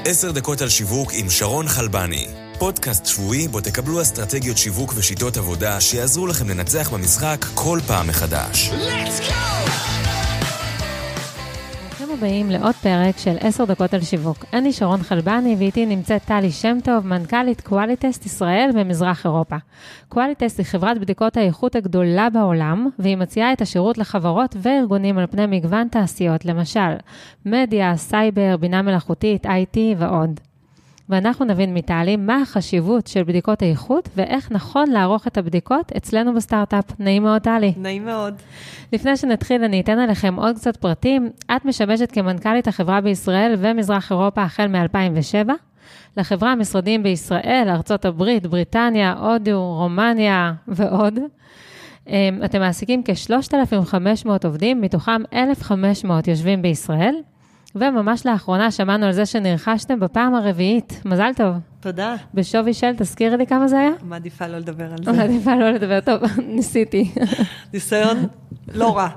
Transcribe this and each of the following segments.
10 דקות על שיווק עם שרון חלבני. פודקאסט שבועי בו תקבלו אסטרטגיות שיווק ושיטות עבודה שיעזרו לכם לנצח במשחק כל פעם מחדש. Let's go! ברוכים הבאים לעוד פרק של 10 דקות על שיווק. אני שרון חלבני ואיתי נמצאת טלי שם טוב, מנכ"לית קואליטסט ישראל במזרח אירופה. קואליטסט היא חברת בדיקות האיכות הגדולה בעולם, והיא מציעה את השירות לחברות וארגונים על פני מגוון תעשיות, למשל מדיה, סייבר, בינה מלאכותית, IT ועוד. ואנחנו נבין מטלי מה החשיבות של בדיקות האיכות, ואיך נכון לערוך את הבדיקות אצלנו בסטארט-אפ. נעים מאוד, טלי. נעים מאוד. לפני שנתחיל, אני אתן עליכם עוד קצת פרטים. את משמשת כמנכ"לית החברה בישראל ומזרח אירופה החל מ-2007. לחברה המשרדים בישראל, ארצות הברית, בריטניה, הודו, רומניה ועוד. אתם מעסיקים כ-3,500 עובדים, מתוכם 1,500 יושבים בישראל. וממש לאחרונה שמענו על זה שנרכשתם בפעם הרביעית. מזל טוב. תודה. בשווי של, תזכירי לי כמה זה היה? מעדיפה לא לדבר על זה. מעדיפה לא לדבר, טוב, ניסיתי. ניסיון לא רע.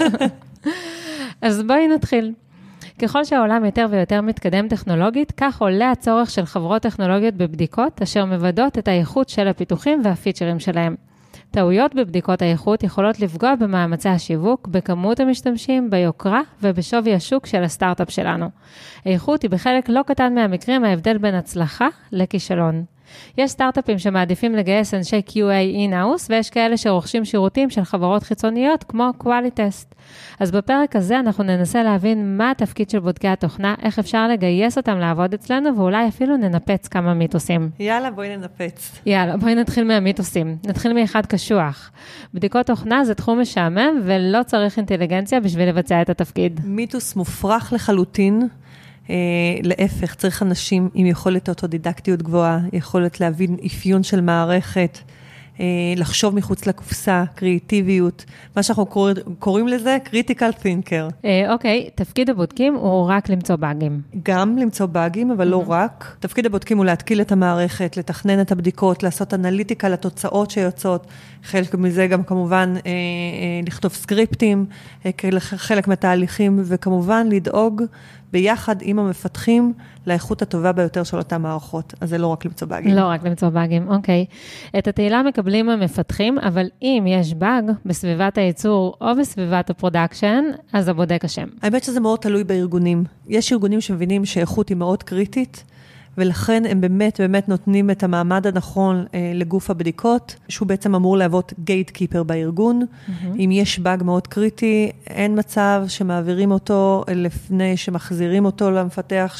אז בואי נתחיל. ככל שהעולם יותר ויותר מתקדם טכנולוגית, כך עולה הצורך של חברות טכנולוגיות בבדיקות, אשר מבדות את האיכות של הפיתוחים והפיצ'רים שלהם. טעויות בבדיקות האיכות יכולות לפגוע במאמצי השיווק, בכמות המשתמשים, ביוקרה ובשווי השוק של הסטארט-אפ שלנו. האיכות היא בחלק לא קטן מהמקרים ההבדל בין הצלחה לכישלון. יש סטארט-אפים שמעדיפים לגייס אנשי QA in-house, ויש כאלה שרוכשים שירותים של חברות חיצוניות כמו קואליטסט. אז בפרק הזה אנחנו ננסה להבין מה התפקיד של בודקי התוכנה, איך אפשר לגייס אותם לעבוד אצלנו, ואולי אפילו ננפץ כמה מיתוסים. יאללה, בואי ננפץ. יאללה, בואי נתחיל מהמיתוסים. נתחיל מאחד קשוח. בדיקות תוכנה זה תחום משעמם, ולא צריך אינטליגנציה בשביל לבצע את התפקיד. מיתוס מופרך לחלוטין. להפך, צריך אנשים עם יכולת אוטודידקטיות גבוהה, יכולת להבין אפיון של מערכת, לחשוב מחוץ לקופסה, קריאטיביות, מה שאנחנו קוראים לזה, critical thinker. אוקיי, תפקיד הבודקים הוא רק למצוא באגים. גם למצוא באגים, אבל לא רק. תפקיד הבודקים הוא להתקיל את המערכת, לתכנן את הבדיקות, לעשות אנליטיקה לתוצאות שיוצאות, חלק מזה גם כמובן לכתוב סקריפטים, חלק מהתהליכים, וכמובן לדאוג ביחד עם המפתחים לאיכות הטובה ביותר של אותם מערכות. אז זה לא רק למצוא באגים. לא רק למצוא באגים, אוקיי. את התהילה מקבלים המפתחים, אבל אם יש באג בסביבת הייצור או בסביבת הפרודקשן, אז הבודק אשם. האמת שזה מאוד תלוי בארגונים. יש ארגונים שמבינים שאיכות היא מאוד קריטית, ולכן הם באמת נותנים את המעמד הנכון לגוף הבדיקות, שהוא בעצם אמור להוות גייטקיפר בארגון. אם יש באג מאוד קריטי, אין מצב שמעבירים אותו לפני שמחזירים אותו למפתח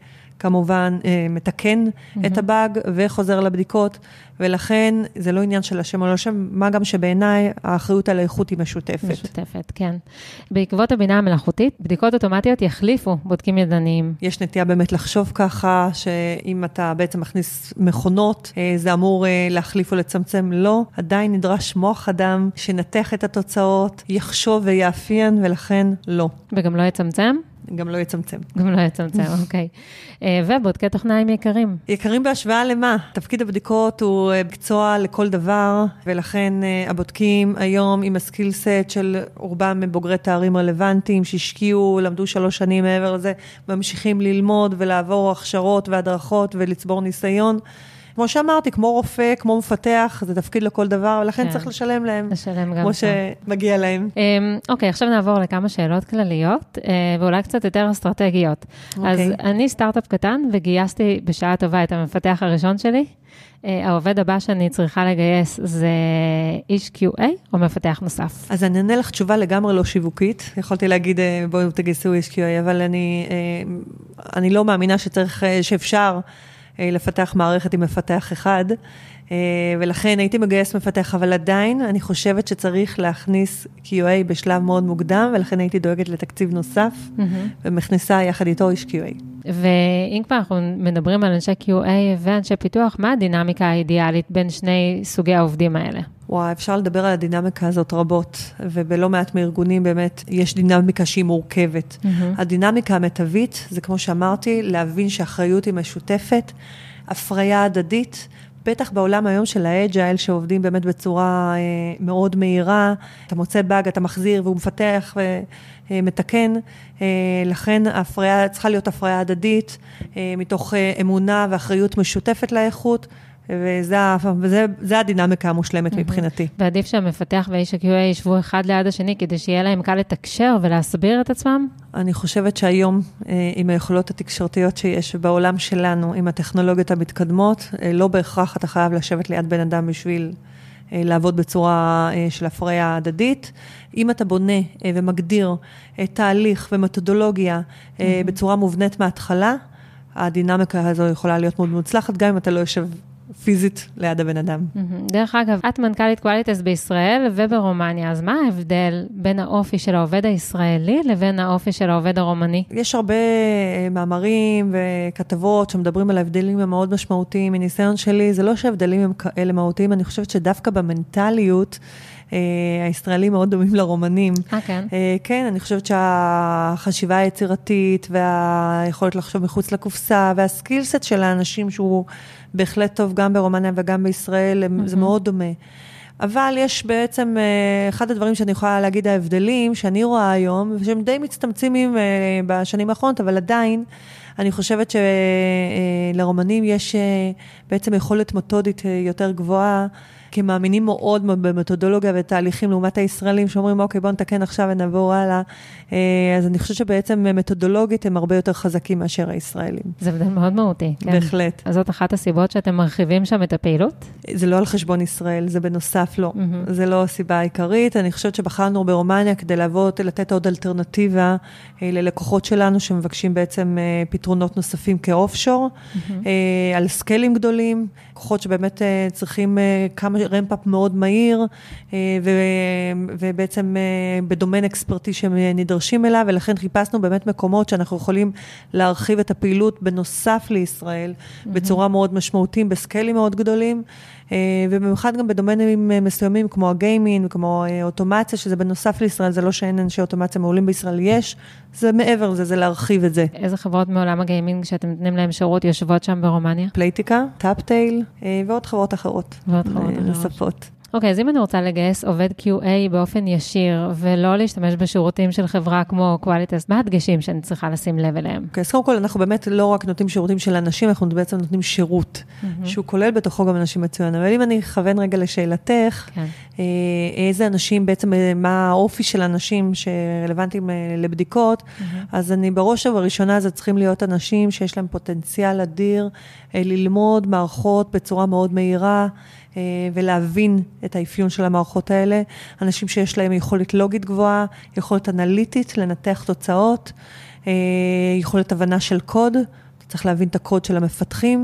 שכמובן מתקן את הבאג וחוזר לבדיקות, ולכן זה לא עניין של השם או לא שם, מה גם שבעיניי האחריות על האיכות היא משותפת. משותפת, כן. בעקבות הבינה המלאכותית, בדיקות אוטומטיות יחליפו בודקים ידניים. יש נטייה באמת לחשוב ככה, שאם אתה בעצם מכניס מכונות, זה אמור להחליף או לצמצם. לא, עדיין נדרש מוח אדם שנתח את התוצאות, יחשוב ויאפיין, ולכן לא. וגם לא יצמצם? גם לא יצמצם. גם לא יצמצם, אוקיי. ובודקי תוכנה הם יקרים. יקרים בהשוואה למה? תפקיד הבדיקות הוא מקצוע לכל דבר, ולכן הבודקים היום עם הסקילסט של רובם מבוגרי תארים רלוונטיים, שהשקיעו, למדו 3 שנים מעבר לזה, ממשיכים ללמוד ולעבור הכשרות והדרכות ולצבור ניסיון. כמו שאמרתי, כמו רופא, כמו מפתח, זה תפקיד לכל דבר, ולכן צריך לשלם להם. לשלם גם. כמו שמגיע להם. אוקיי, עכשיו נעבור לכמה שאלות כלליות, ואולי קצת יותר אסטרטגיות. אז אני סטארט-אפ קטן, וגייסתי בשעה טובה את המפתח הראשון שלי. העובד הבא שאני צריכה לגייס זה איש QA או מפתח נוסף. אז אני אענה לך תשובה לגמרי לא שיווקית. יכולתי להגיד, בואו תגייסו איש QA, אבל אני לא מאמינה שאפשר לפתח מערכת עם מפתח אחד, ולכן הייתי מגייס מפתח, אבל עדיין אני חושבת שצריך להכניס QA בשלב מאוד מוקדם, ולכן הייתי דואגת לתקציב נוסף, ומכניסה יחד איתו איש QA. ואם כבר אנחנו מדברים על אנשי QA ואנשי פיתוח, מה הדינמיקה האידיאלית בין שני סוגי העובדים האלה? וואו, אפשר לדבר על הדינמיקה הזאת רבות, ובלא מעט מארגונים באמת יש דינמיקה שהיא מורכבת. הדינמיקה המטבית, זה כמו שאמרתי, להבין שהאחריות היא משותפת, הפריה הדדית, בטח בעולם היום של האג'ייל, שעובדים באמת בצורה מאוד מהירה, אתה מוצא באג, אתה מחזיר והוא מפתח ומתקן, לכן צריכה להיות הפריה הדדית, מתוך אמונה ואחריות משותפת לאיכות, וזה הדינמיקה המושלמת מבחינתי. ועדיף שהמפתח ואיש ה-QA ישבו אחד ליד השני, כדי שיהיה להם קל לתקשר ולהסביר את עצמם? אני חושבת שהיום, עם היכולות התקשורתיות שיש בעולם שלנו, עם הטכנולוגיות המתקדמות, לא בהכרח אתה חייב לשבת ליד בן אדם בשביל לעבוד בצורה של הפריה הדדית. אם אתה בונה ומגדיר תהליך ומתודולוגיה בצורה מובנית מההתחלה, הדינמיקה הזו יכולה להיות מאוד מוצלחת, גם אם אתה לא יושב פיזית ליד הבן אדם. דרך אגב, את מנכ"לית קואליטס בישראל וברומניה, אז מה ההבדל בין האופי של העובד הישראלי לבין האופי של העובד הרומני? יש הרבה מאמרים וכתבות שמדברים על ההבדלים המאוד משמעותיים. מניסיון שלי, זה לא שההבדלים הם כאלה מהותיים, אני חושבת שדווקא במנטליות, הישראלים מאוד דומים לרומנים. כן? כן, אני חושבת שהחשיבה היצירתית והיכולת לחשוב מחוץ לקופסה והסקילסט של האנשים שהוא בהחלט טוב גם ברומניה וגם בישראל, זה מאוד דומה. אבל יש בעצם אחד הדברים שאני יכולה להגיד ההבדלים שאני רואה היום, שהם די מצטמצמים בשנים האחרונות, אבל עדיין אני חושבת שלרומנים יש בעצם יכולת מתודית יותר גבוהה, כי מאמינים מאוד מאוד במתודולוגיה ותהליכים לעומת הישראלים שאומרים, אוקיי, בוא נתקן עכשיו ונעבור הלאה. אז אני חושבת שבעצם מתודולוגית הם הרבה יותר חזקים מאשר הישראלים. זה הבדל מאוד מהותי. כן. בהחלט. אז זאת אחת הסיבות שאתם מרחיבים שם את הפעילות? זה לא על חשבון ישראל, זה בנוסף לא. זה לא הסיבה העיקרית. אני חושבת שבחרנו ברומניה כדי לתת עוד אלטרנטיבה ללקוחות שלנו שמבקשים בעצם פתרונות נוספים כאופשור, על סקיילים גדולים, לקוחות שבאמת צריכים כמה רמפ-אפ מאוד מהיר, ובעצם בדומיין אקספרטי שהם נדרשים אליו, ולכן חיפשנו באמת מקומות שאנחנו יכולים להרחיב את הפעילות בנוסף לישראל, בצורה מאוד משמעותית, בסקיילים מאוד גדולים, ובמיוחד גם בדומיינים מסוימים, כמו הגיימינג, כמו אוטומציה, שזה בנוסף לישראל, זה לא שאין אנשי אוטומציה מעולים בישראל, יש, זה מעבר לזה, זה להרחיב את זה. איזה חברות מעולם הגיימינג שאתם נותנים להם שירות יושבות שם ברומניה? פלייטיקה, טאפטייל, ועוד חברות אחרות. ועוד חברות אחרות. נוספות. אוקיי, אז אם אני רוצה לגייס עובד QA באופן ישיר, ולא להשתמש בשירותים של חברה כמו קואליטס, מה הדגשים שאני צריכה לשים לב אליהם? אוקיי, אז קודם כל, אנחנו באמת לא רק נותנים שירותים של אנשים, אנחנו בעצם נותנים שירות, שהוא כולל בתוכו גם אנשים מצוין. אבל אם אני אכוון רגע לשאלתך, איזה אנשים בעצם, מה האופי של אנשים שרלוונטיים לבדיקות, אז אני בראש ובראשונה זה צריכים להיות אנשים שיש להם פוטנציאל אדיר, ללמוד מערכות בצורה מאוד מהירה, ולהבין את האפיון של המערכות האלה. אנשים שיש להם יכולת לוגית גבוהה, יכולת אנליטית, לנתח תוצאות, יכולת הבנה של קוד, צריך להבין את הקוד של המפתחים,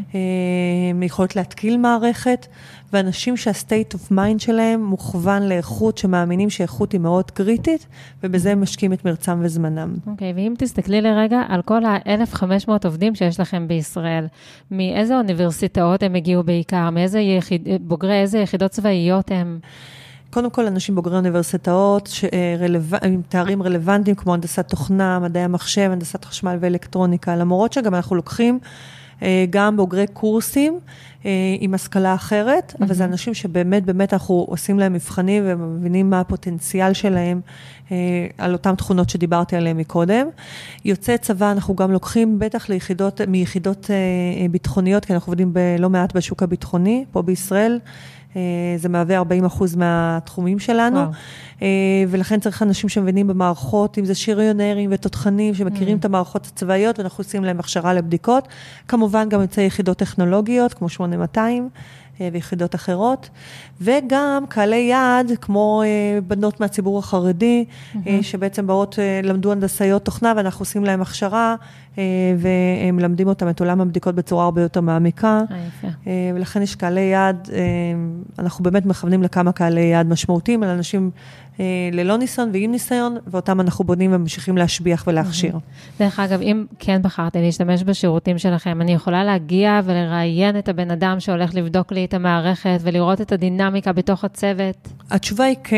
יכולת להתקיל מערכת, ואנשים שהסטייט אוף מיינד שלהם מוכוון לאיכות, שמאמינים שאיכות היא מאוד קריטית, ובזה הם משקיעים את מרצם וזמנם. אוקיי, ואם תסתכלי לרגע על כל ה-1,500 עובדים שיש לכם בישראל, מאיזה אוניברסיטאות הם הגיעו בעיקר, בוגרי איזה יחידות צבאיות הם? קודם כל, אנשים בוגרי אוניברסיטאות, עם תארים רלוונטיים, כמו הנדסת תוכנה, מדעי המחשב, הנדסת חשמל ואלקטרוניקה, למרות שגם אנחנו לוקחים גם בוגרי קורסים עם השכלה אחרת, אבל זה אנשים שבאמת, באמת אנחנו עושים להם מבחנים ומבינים מה הפוטנציאל שלהם על אותם תכונות שדיברתי עליהם מקודם. יוצאי צבא אנחנו גם לוקחים בטח מיחידות ביטחוניות, כי אנחנו עובדים לא מעט בשוק הביטחוני, פה בישראל, זה מהווה 40% מהתחומים שלנו, ולכן צריך אנשים שמבינים במערכות, אם זה שריונרים ותותחנים שמכירים את המערכות הצבאיות, ואנחנו עושים להם הכשרה לבדיקות, כמובן גם יוצאי יחידות טכנולוגיות, כמו 8200, ויחידות אחרות, וגם קהלי יעד, כמו בנות מהציבור החרדי, שבעצם באות למדו הנדסאיות תוכנה, ואנחנו עושים להם הכשרה, והם למדים אותם את עולם הבדיקות בצורה הרבה יותר מעמיקה, ולכן יש קהלי יעד, אנחנו באמת מכוונים לכמה קהלי יעד משמעותיים, על אנשים ללא ניסיון ועם ניסיון, ואותם אנחנו בונים וממשיכים להשביח ולהכשיר. דרך אגב, אם כן בחרתי להשתמש בשירותים שלכם, אני יכולה להגיע ולראיין את הבן אדם שהולך לבדוק לי את המערכת, ולראות את הדינמיקה בתוך הצוות? התשובה היא כן,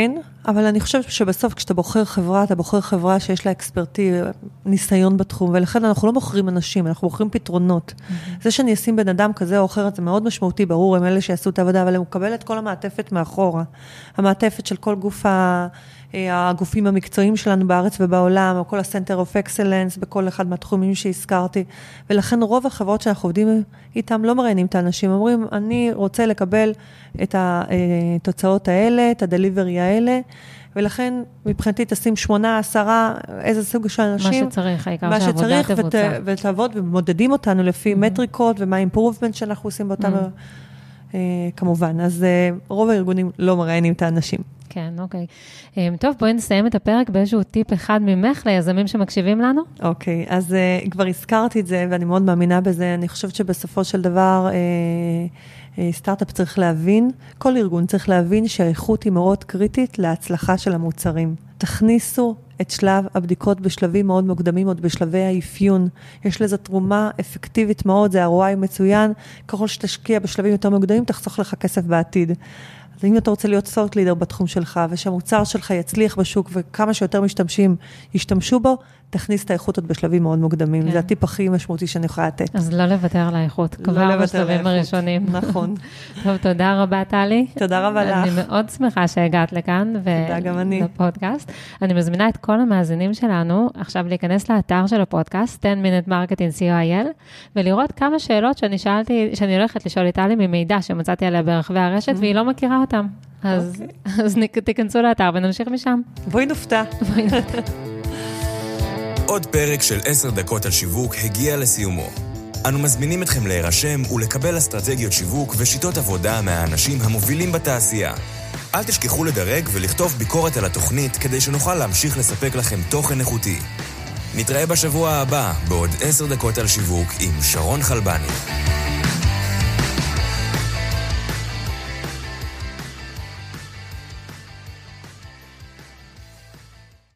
אבל אני חושבת שבסוף כשאתה בוחר חברה, אתה בוחר חברה שיש לה ניסיון בתחום, ולכן אנחנו לא בוחרים אנשים, אנחנו בוחרים פתרונות. זה שאני אשים בן אדם כזה או אחרת, זה מאוד משמעותי, ברור, הם אלה שיעשו את העבודה, אבל הם מקבל את כל המעטפת מאחורה. המעטפת של כל הגופים המקצועיים שלנו בארץ ובעולם, או כל ה-Center of Excellence, בכל אחד מהתחומים שהזכרתי. ולכן רוב החברות שאנחנו עובדים איתם לא מראיינים את האנשים, אומרים, אני רוצה לקבל את התוצאות האלה, את הדליברי האלה, ולכן מבחינתי תשים 8, 10, איזה סוג של אנשים. מה שצריך, העיקר שהעבודה תבוצע. ותעבוד, ומודדים אותנו לפי מטריקות, ומה האימפרובמנט שאנחנו עושים באותם, כמובן. אז רוב הארגונים לא מראיינים את האנשים. כן, אוקיי. טוב, בואי נסיים את הפרק באיזשהו טיפ אחד ממך ליזמים שמקשיבים לנו. אוקיי, אז כבר הזכרתי את זה, ואני מאוד מאמינה בזה. אני חושבת שבסופו של דבר, סטארט-אפ צריך להבין, כל ארגון צריך להבין שהאיכות היא מאוד קריטית להצלחה של המוצרים. תכניסו את שלב הבדיקות בשלבים מאוד מוקדמים, עוד בשלבי האפיון. יש לזה תרומה אפקטיבית מאוד, זה ROI מצוין. ככל שתשקיע בשלבים יותר מוקדמים, תחסוך לך כסף בעתיד. אז אם אתה רוצה להיות סורט לידר בתחום שלך, ושהמוצר שלך יצליח בשוק, וכמה שיותר משתמשים ישתמשו בו, תכניס את האיכות עוד בשלבים מאוד מוקדמים. כן. זה הטיפ הכי משמעותי שאני יכולה לתת. אז לא לוותר על האיכות, כבר בשלבים הראשונים. נכון. טוב, תודה רבה, טלי. תודה רבה לך. אני מאוד שמחה שהגעת לכאן. תודה גם אני. לפודקאסט. אני מזמינה את כל המאזינים שלנו, עכשיו להיכנס לאתר של הפודקאסט, 10 Minute Marketing co.il, ולראות כמה שאלות שאני הולכת לשאול את טלי ממידע שמצאתי עליה ברחבי הרשת, והיא לא מכירה אותם. אז תיכנסו לאתר ונמשיך משם. בואי נופתע. עוד פרק של 10 דקות על שיווק הגיע לסיומו. אנו מזמינים אתכם להירשם ולקבל אסטרטגיות שיווק ושיטות עבודה מהאנשים המובילים בתעשייה. אל תשכחו לדרג ולכתוב ביקורת על התוכנית כדי שנוכל להמשיך לספק לכם תוכן איכותי. נתראה בשבוע הבא בעוד 10 דקות על שיווק עם שרון חלבני.